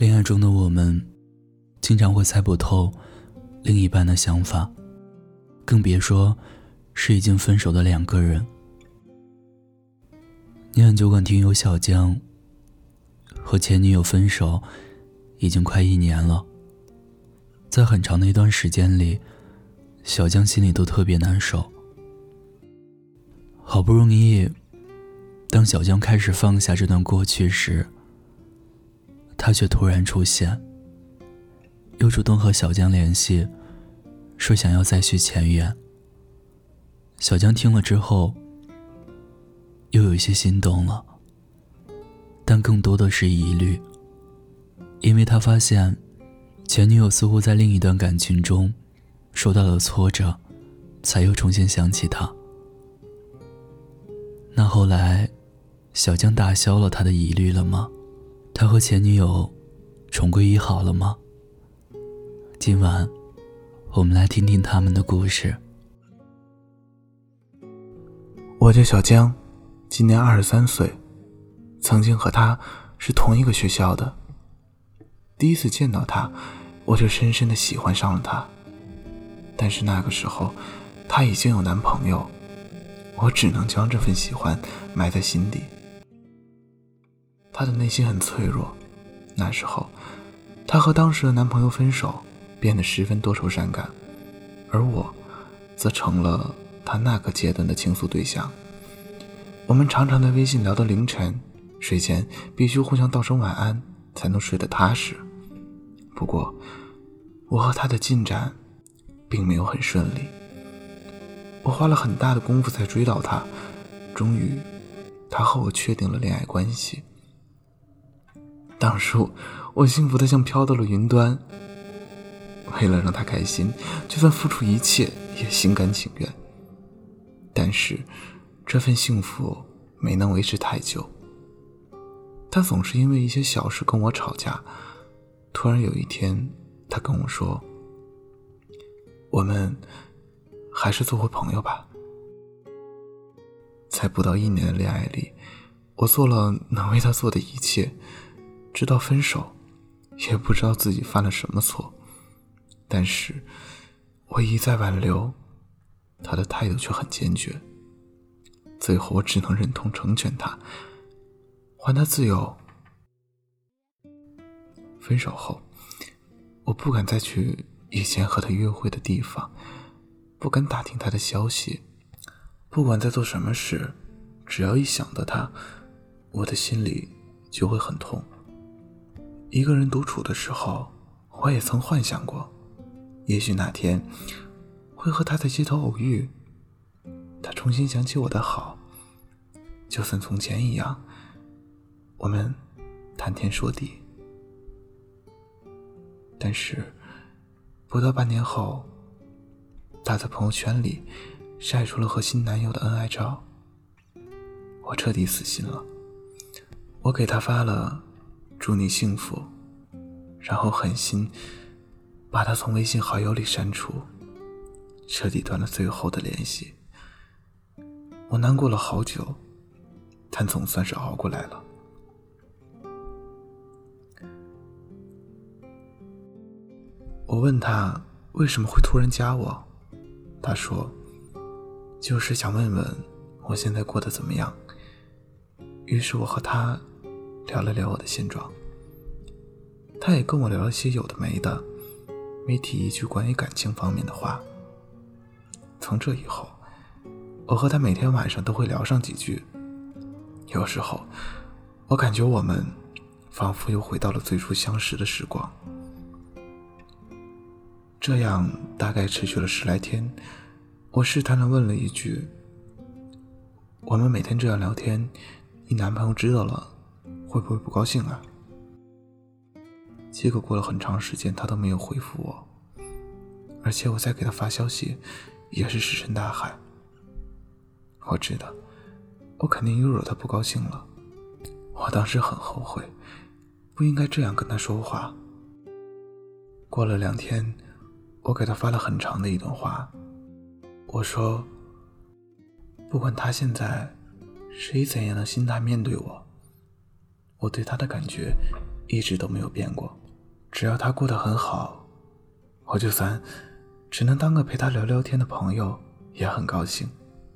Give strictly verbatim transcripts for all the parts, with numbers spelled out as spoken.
恋爱中的我们经常会猜不透另一半的想法，更别说是已经分手的两个人。你很酒馆听友小江和前女友分手已经快一年了，在很长的一段时间里，小江心里都特别难受。好不容易当小江开始放下这段过去时，他却突然出现，又主动和小江联系，说想要再续前缘。小江听了之后又有一些心动了，但更多的是疑虑，因为他发现前女友似乎在另一段感情中受到了挫折，才又重新想起他。那后来小江打消了他的疑虑了吗？他和前女友重归于好了吗？今晚我们来听听他们的故事。 我叫小江，今年二十三岁，曾经和他是同一个学校的。第一次见到他，我就深深地喜欢上了他。但是那个时候他已经有男朋友，我只能将这份喜欢埋在心底。他的内心很脆弱，那时候他和当时的男朋友分手，变得十分多愁善感，而我则成了他那个阶段的倾诉对象。我们常常在微信聊到凌晨，睡前必须互相道声晚安才能睡得踏实。不过我和他的进展并没有很顺利，我花了很大的功夫才追到他，终于他和我确定了恋爱关系。当初我幸福得像飘到了云端，为了让他开心，就算付出一切也心甘情愿。但是这份幸福没能维持太久，他总是因为一些小事跟我吵架。突然有一天他跟我说，我们还是做回朋友吧。在不到一年的恋爱里，我做了能为他做的一切，直到分手也不知道自己犯了什么错。但是我一再挽留，他的态度却很坚决。最后我只能忍痛成全他，还他自由。分手后，我不敢再去以前和他约会的地方，不敢打听他的消息。不管在做什么事，只要一想到他，我的心里就会很痛。一个人独处的时候，我也曾幻想过，也许哪天会和他在街头偶遇，他重新想起我的好，就算从前一样，我们谈天说地。但是不到半年后，他在朋友圈里晒出了和新男友的恩爱照，我彻底死心了。我给他发了祝你幸福，然后狠心把他从微信好友里删除，彻底断了最后的联系。我难过了好久，但总算是熬过来了。我问他为什么会突然加我，他说就是想问问我现在过得怎么样。于是我和他聊了聊我的现状，他也跟我聊了些有的没的，没提一句关于感情方面的话。从这以后，我和他每天晚上都会聊上几句。有时候我感觉我们仿佛又回到了最初相识的时光。这样大概持续了十来天，我试探地问了一句，我们每天这样聊天，你男朋友知道了会不会不高兴啊？结果过了很长时间他都没有回复我，而且我再给他发消息也是石沉大海。我知道我肯定又惹他不高兴了，我当时很后悔，不应该这样跟他说话。过了两天，我给他发了很长的一段话，我说不管他现在是以怎样的心态面对我，我对他的感觉一直都没有变过。只要他过得很好，我就算只能当个陪他聊聊天的朋友也很高兴。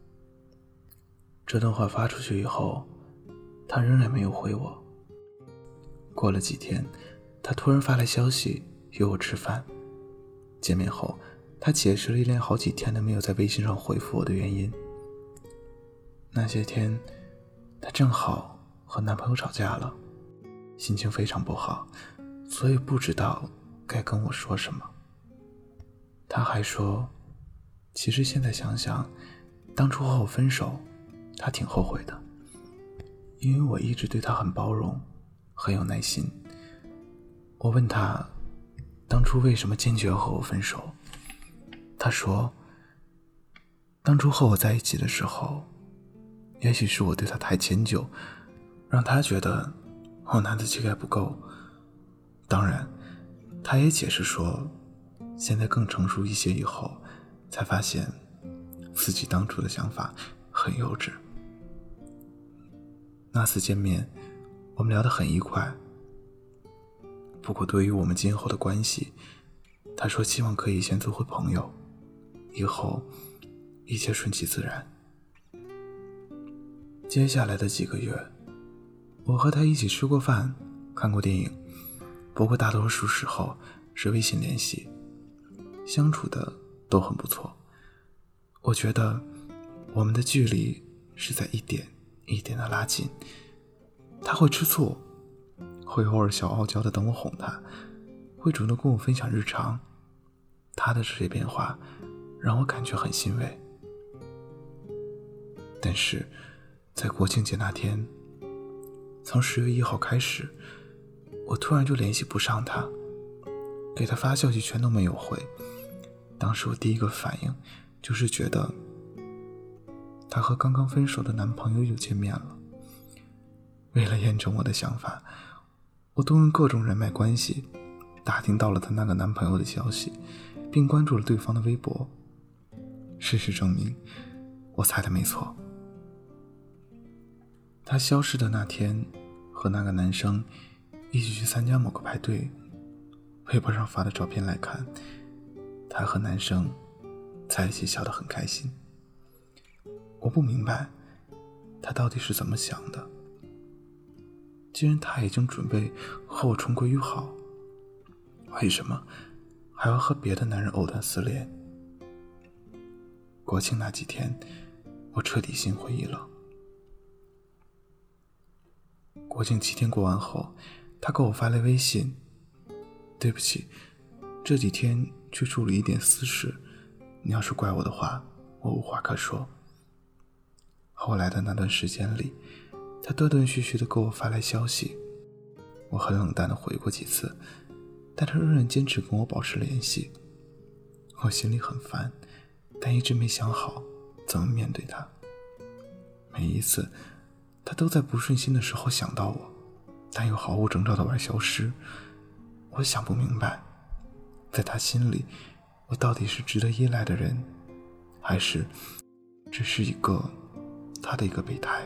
这段话发出去以后，他仍然没有回我。过了几天，他突然发来消息约我吃饭。见面后，他解释了一连好几天都没有在微信上回复我的原因。那些天她正好和男朋友吵架了，心情非常不好，所以不知道该跟我说什么。她还说，其实现在想想，当初和我分手她挺后悔的，因为我一直对她很包容，很有耐心。我问她当初为什么坚决和我分手，她说，当初和我在一起的时候，也许是我对她太迁就，让她觉得我男子气概不够。当然她也解释说，现在更成熟一些以后，才发现自己当初的想法很幼稚。那次见面我们聊得很愉快，不过对于我们今后的关系，她说希望可以先做回朋友，以后一切顺其自然。接下来的几个月，我和她一起吃过饭，看过电影，不过大多数时候是微信联系，相处的都很不错。我觉得我们的距离是在一点一点的拉近。她会吃醋，会偶尔小傲娇的等我哄她，会主动跟我分享日常。她的这些变化让我感觉很欣慰。但是在国庆节那天，从十月一号开始，我突然就联系不上她，给她发消息全都没有回。当时我第一个反应就是觉得她和刚刚分手的男朋友又见面了。为了验证我的想法，我动用各种人脉关系打听到了她那个男朋友的消息，并关注了对方的微博。事实证明，我猜的没错。她消失的那天，和那个男生一起去参加某个派对，微博上发的照片来看，她和男生在一起笑得很开心。我不明白她到底是怎么想的，既然她已经准备和我重归于好，为什么还要和别的男人藕断丝连？国庆那几天，我彻底心灰意冷。国庆七天过完后，他给我发来微信，对不起，这几天去处理一点私事，你要是怪我的话，我无话可说。后来的那段时间里，他断断续续地给我发来消息，我很冷淡地回过几次，但他仍然坚持跟我保持联系。我心里很烦，但一直没想好怎么面对他。每一次他都在不顺心的时候想到我，但又毫无征兆地玩消失。我想不明白，在他心里，我到底是值得依赖的人，还是只是一个他的一个备胎。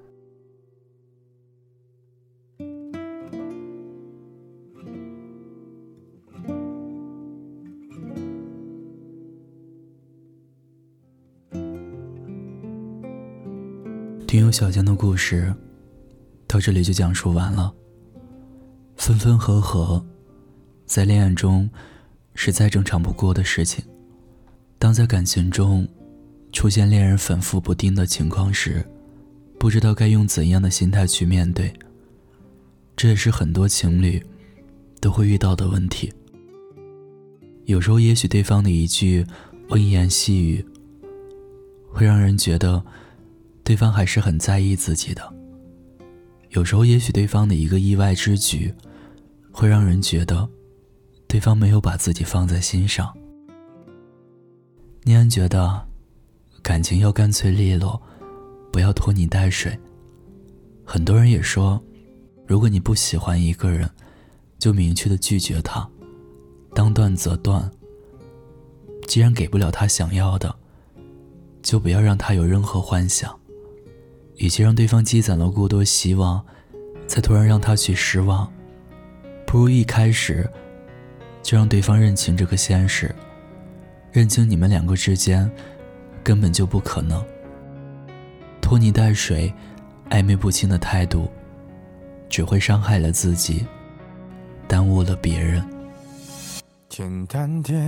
听友小江的故事到这里就讲述完了。分分合合在恋爱中是再正常不过的事情，当在感情中出现恋人反复不定的情况时，不知道该用怎样的心态去面对，这也是很多情侣都会遇到的问题。有时候也许对方的一句温言细语会让人觉得对方还是很在意自己的，有时候也许对方的一个意外之举会让人觉得对方没有把自己放在心上。念安觉得感情要干脆利落，不要拖泥带水。很多人也说，如果你不喜欢一个人，就明确地拒绝他，当断则断。既然给不了他想要的，就不要让他有任何幻想。与其让对方积攒了过多希望，再突然让他去失望， 不如一开始就让对方认清这个现实，认清你们两个之间根本就不可能。拖泥带水、暧昧不清的态度，只会伤害了自己，耽误了别人。 简单点，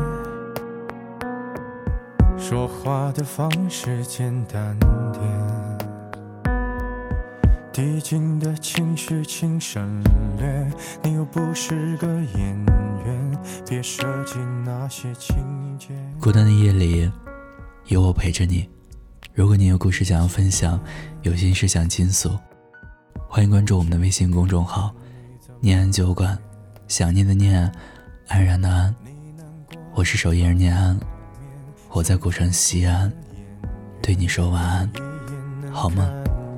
说话的方式简单点，递进的情绪请省略，你又不是个演员，别设计那些情节。 孤单的夜里有我陪着你，如果你有故事想要分享，有心事想倾诉，欢迎关注我们的微信公众号念安酒馆，想念的念，安然的安。我是守夜人念安，我在古城西安对你说晚安，好梦。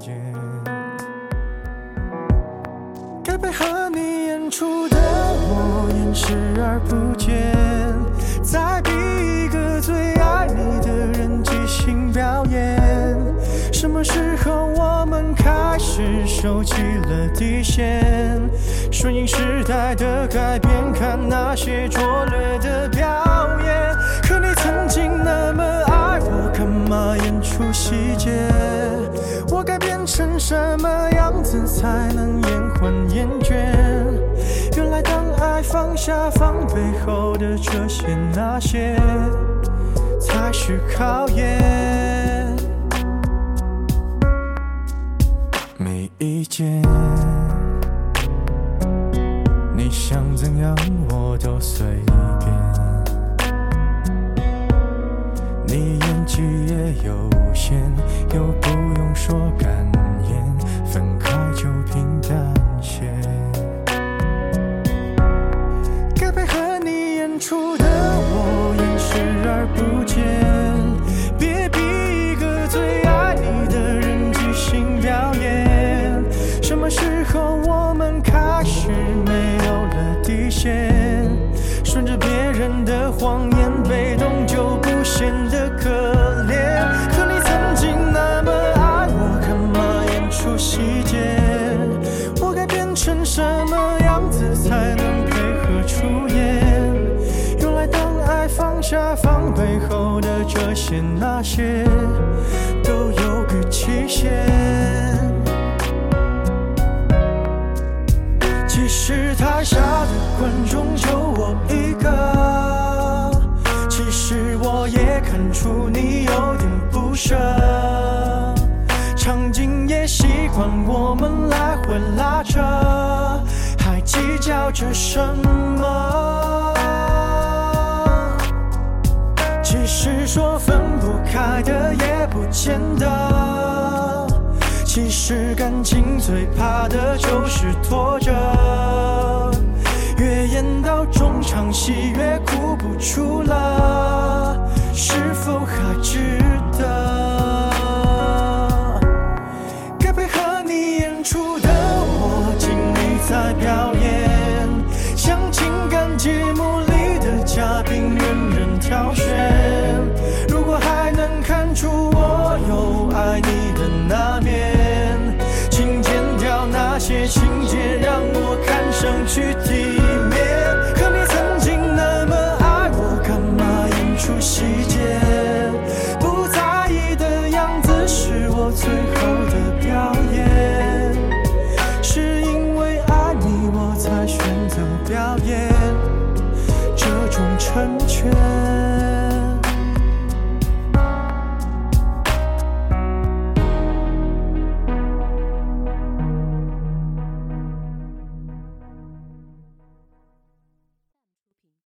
该配合你演出的我演视而不见，再逼一个最爱你的人即兴表演。什么时候我们开始收起了底线，顺应时代的改变，看那些拙劣的表演。可你曾经那么爱我，干嘛演出细节？我该变成什么样子才能延缓厌倦？原来当爱放下放背后的这些那些才是考验。没意见，你想怎样我都随便，你演技也有限，又不用说感言，分开就平淡些。该配合你演出的我演视而不见，别逼一个最爱你的人即兴表演。什么时候我们开始没有了底线，顺着别人的谎言，被动就不显得可怜。可你曾经那么爱我，干嘛演出细节？我该变成什么样子才能配合出演？原来当爱放下放背后的这些那些都有个期限。其实台下的观众就我一个，其实我也看出你有点不舍，场景也习惯我们来回拉扯，还计较着什么？其实说分不开的也不见得，其实感情最怕的就是拖着，越演到中场戏越哭不出了，是否还值得？该配合你演出的我尽力在表演，像情感节目里的嘉宾任人挑选。如果还能看出我有爱你的那面，请剪掉那些情节，让我看上去体面。可你曾经那么爱我，干嘛演出细节？不在意的样子是我最后的表演，是因为爱你我才选择表演这种成全。